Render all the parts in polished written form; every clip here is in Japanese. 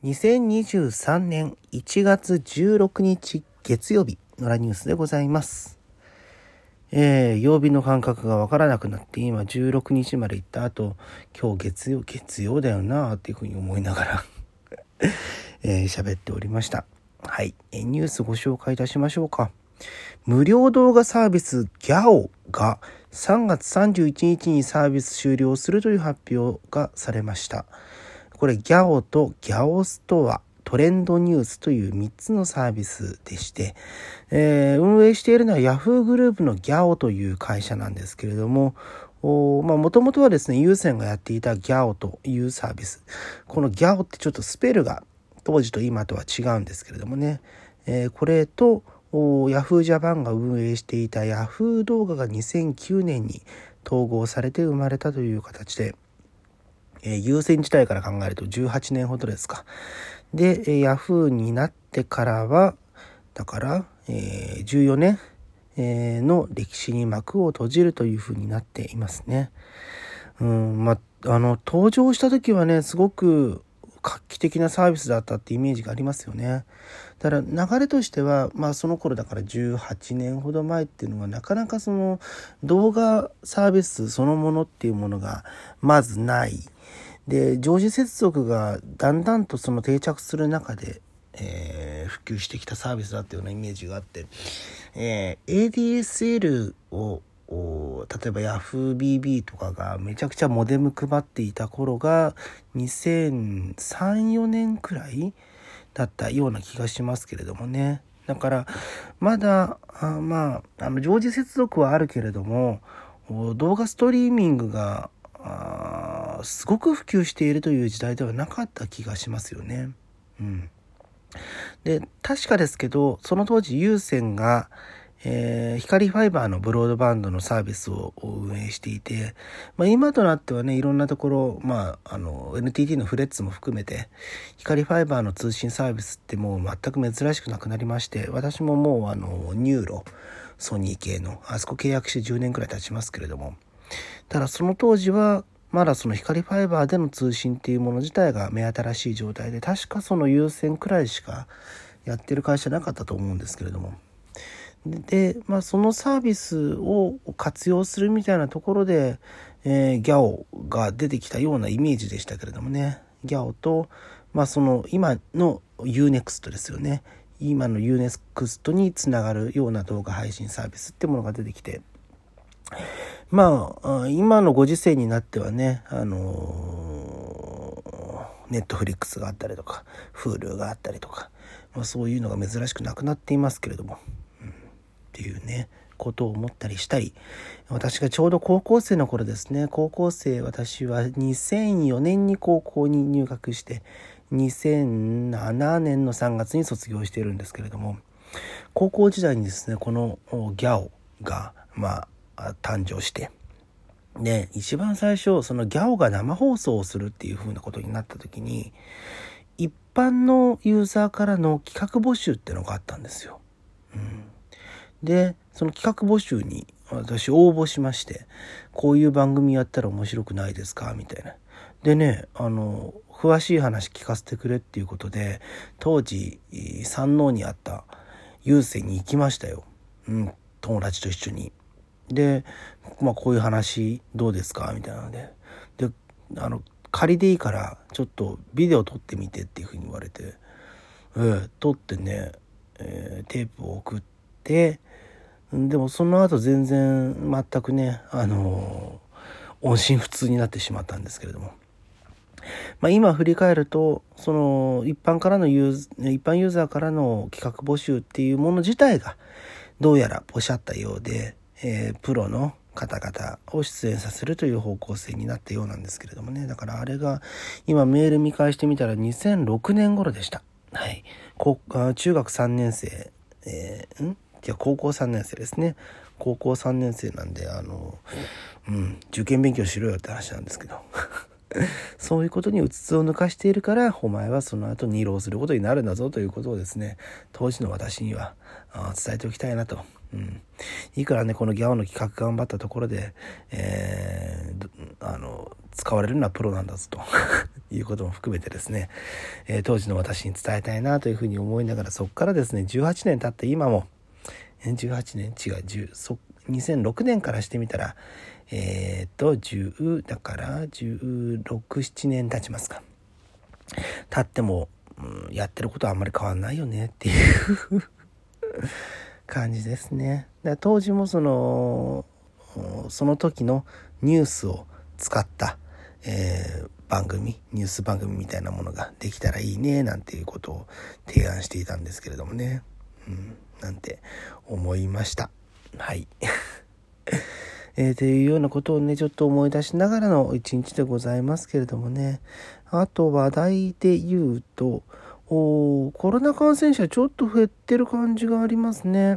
2023年1月16日月曜日のラニュースでございます。曜日の感覚がわからなくなって今16日まで行った後、今日月曜だよなっていうふうに思いながら喋っておりました。はい、ニュースご紹介いたしましょうか。無料動画サービスギャオが3月31日にサービス終了するという発表がされました。これギャオとギャオストア、トレンドニュースという3つのサービスでして、運営しているのはヤフーグループのギャオという会社なんですけれども、もともとはですね、有線がやっていたギャオというサービス。このギャオってちょっとスペルが当時と今とは違うんですけれどもね、これとヤフージャパンが運営していたヤフー動画が2009年に統合されて生まれたという形で、有線時代から考えると18年ほどですか。で、ヤフーになってからは、だから、14年、の歴史に幕を閉じるというふうになっていますね。登場した時はね、すごく画期的なサービスだったってイメージがありますよね。だから流れとしては、その頃だから18年ほど前っていうのはなかなかその動画サービスそのものっていうものがまずない。で、常時接続がだんだんとその定着する中で、普及してきたサービスだっていうようなイメージがあって、ADSL を例えば YahooBB とかがめちゃくちゃモデム配っていた頃が2003、4年くらいだったような気がしますけれどもね。だからまだ常時接続はあるけれども、動画ストリーミングがすごく普及しているという時代ではなかった気がしますよね。で、確かですけど、その当時有線が、光ファイバーのブロードバンドのサービスを運営していて、今となってはね、いろんなところ、NTT のフレッツも含めて光ファイバーの通信サービスってもう全く珍しくなくなりまして、私ももうニューロソニー系のあそこ契約して10年くらい経ちますけれども、ただその当時はまだその光ファイバーでの通信っていうもの自体が目新しい状態で、確かその有線くらいしかやってる会社なかったと思うんですけれども、で、そのサービスを活用するみたいなところで、ギャオが出てきたようなイメージでしたけれどもね。ギャオと、その今の Unext ですよね。今の Unext につながるような動画配信サービスってものが出てきて、今のご時世になってはね、ネットフリックスがあったりとか、Hulu があったりとか、そういうのが珍しくなくなっていますけれども、っていうね、ことを思ったりしたり、私がちょうど高校生の頃ですね、私は2004年に高校に入学して、2007年の3月に卒業しているんですけれども、高校時代にですね、このギャオが、誕生して、で、一番最初、そのギャオが生放送をするっていう風なことになった時に、一般のユーザーからの企画募集ってのがあったんですよ。で、その企画募集に私応募しまして、こういう番組やったら面白くないですかみたいな。でね、詳しい話聞かせてくれっていうことで、当時、山王にあった有線に行きましたよ。友達と一緒に。で、こういう話どうですかみたいなので。で、仮でいいからちょっとビデオ撮ってみてっていうふうに言われて、撮ってね、テープを送って、でもその後全くね、音信不通になってしまったんですけれども、今振り返ると、その一般ユーザーからの企画募集っていうもの自体がどうやらおっしゃったようで、プロの方々を出演させるという方向性になったようなんですけれどもね。だからあれが今メール見返してみたら2006年頃でした。はい。中学3年生、高校3年生ですね。高校3年生なんで、受験勉強しろよって話なんですけど。そういうことにうつつを抜かしているから、お前はその後2浪することになるんだぞということをですね、当時の私には伝えておきたいなと、 いくらねこのギャオの企画頑張ったところで、使われるのはプロなんだぞということも含めてですね、当時の私に伝えたいなというふうに思いながら、そこからですね18年経って今も18年違う2006年からしてみたら10だから16、7年経ちますか。経っても、やってることはあんまり変わんないよねっていう感じですね。だ当時もその時のニュースを使った、ニュース番組みたいなものができたらいいねなんていうことを提案していたんですけれどもね、なんて思いました。はいというようなことをねちょっと思い出しながらの一日でございますけれどもね。あと話題で言うとコロナ感染者ちょっと減ってる感じがありますね。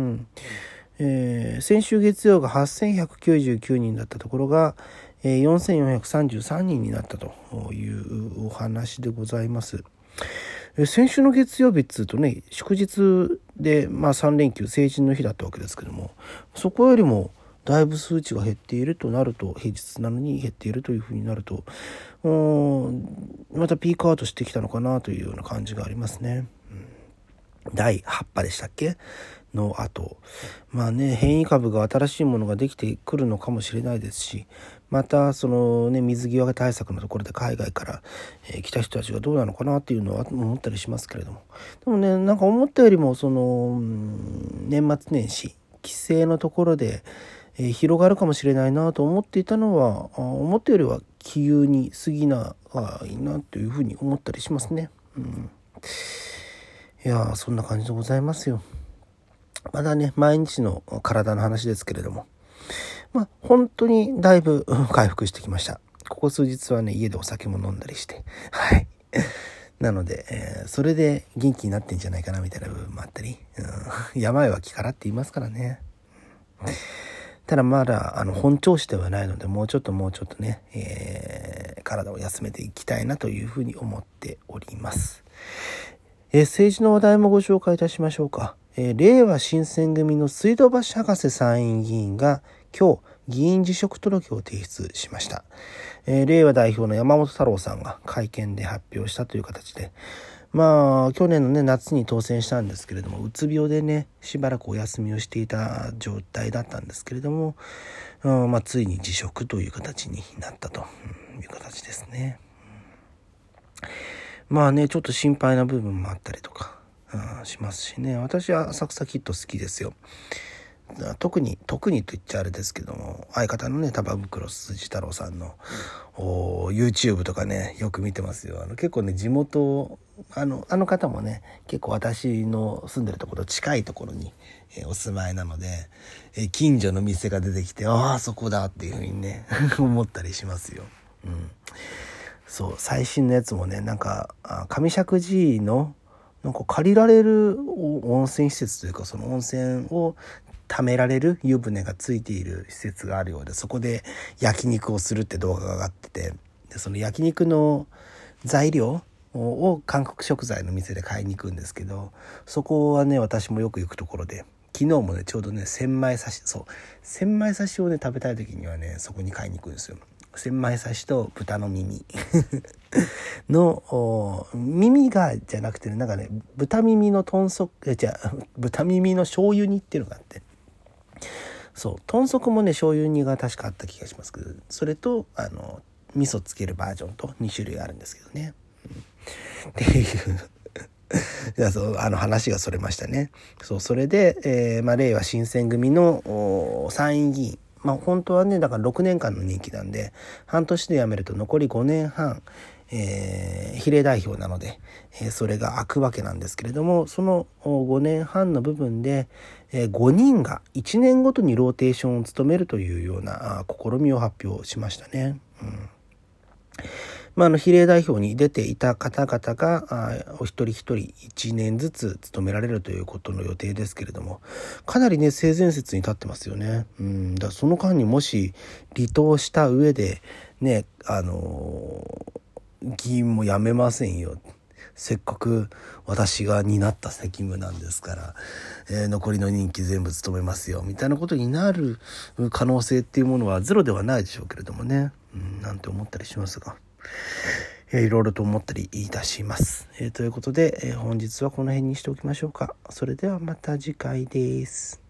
先週月曜が8199人だったところが、4433人になったというお話でございます。先週の月曜日っつうとね祝日で、3連休成人の日だったわけですけども、そこよりもだいぶ数値が減っているとなると、平日なのに減っているというふうになると、またピークアウトしてきたのかなというような感じがありますね。第8波でしたっけの後、変異株が新しいものができてくるのかもしれないですし、またそのね水際対策のところで海外から、来た人たちがどうなのかなっていうのは思ったりしますけれども、でもねなんか思ったよりもその年末年始帰省のところで、広がるかもしれないなと思っていたのは思ったよりは気憂に過ぎないなというふうに思ったりしますね。いやそんな感じでございますよ。まだね毎日の体の話ですけれども、本当にだいぶ回復してきました。ここ数日はね家でお酒も飲んだりしてなので、それで元気になってんじゃないかなみたいな部分もあったり、病は気からって言いますからね。ただまだ本調子ではないのでもうちょっとね、体を休めていきたいなというふうに思っております。政治の話題もご紹介いたしましょうか。令和新選組の水道橋博士参院議員が今日議員辞職届を提出しました。令和代表の山本太郎さんが会見で発表したという形で、去年のね夏に当選したんですけれども、うつ病でねしばらくお休みをしていた状態だったんですけれども、ついに辞職という形になったという形ですね。ちょっと心配な部分もあったりとか、しますしね。私は浅草キッド好きですよ。特にと言っちゃあれですけども、相方のね玉袋筋太郎さんのYouTube とかねよく見てますよ。結構ね地元あの方もね結構私の住んでるところ近いところに、お住まいなので、近所の店が出てきてそこだっていう風にね思ったりしますよ。そう最新のやつもねなんか上石神のなんか借りられる温泉施設というか、その温泉を貯められる湯船がついている施設があるようで、そこで焼肉をするって動画が上がってて、でその焼肉の材料を韓国食材の店で買いに行くんですけど、そこはね私もよく行くところで、昨日もねちょうどね千枚刺しをね食べたい時にはねそこに買いに行くんですよ。千枚刺しと豚の耳の耳がじゃなくてね、なんかね豚耳の豚耳の醤油煮っていうのがあって、そう豚足もね醤油煮が確かあった気がしますけど、それと味噌つけるバージョンと2種類あるんですけどね、っていういや話がそれましたね。それで、令和新選組の参院議員、本当はねだから6年間の任期なんで半年で辞めると残り5年半、比例代表なので、それが空くわけなんですけれども、その5年半の部分で、5人が1年ごとにローテーションを務めるというような試みを発表しましたね。比例代表に出ていた方々がお一人一人1年ずつ務められるということの予定ですけれども、かなりね性善説に立ってますよね。だからその間にもし離党した上でね議員も辞めませんよ、 せっかく私が担った責務なんですから、残りの任期全部務めますよみたいなことになる可能性っていうものはゼロではないでしょうけれどもね、なんて思ったりしますが、いろいろと思ったりいたします。ということで、本日はこの辺にしておきましょうか。それではまた次回です。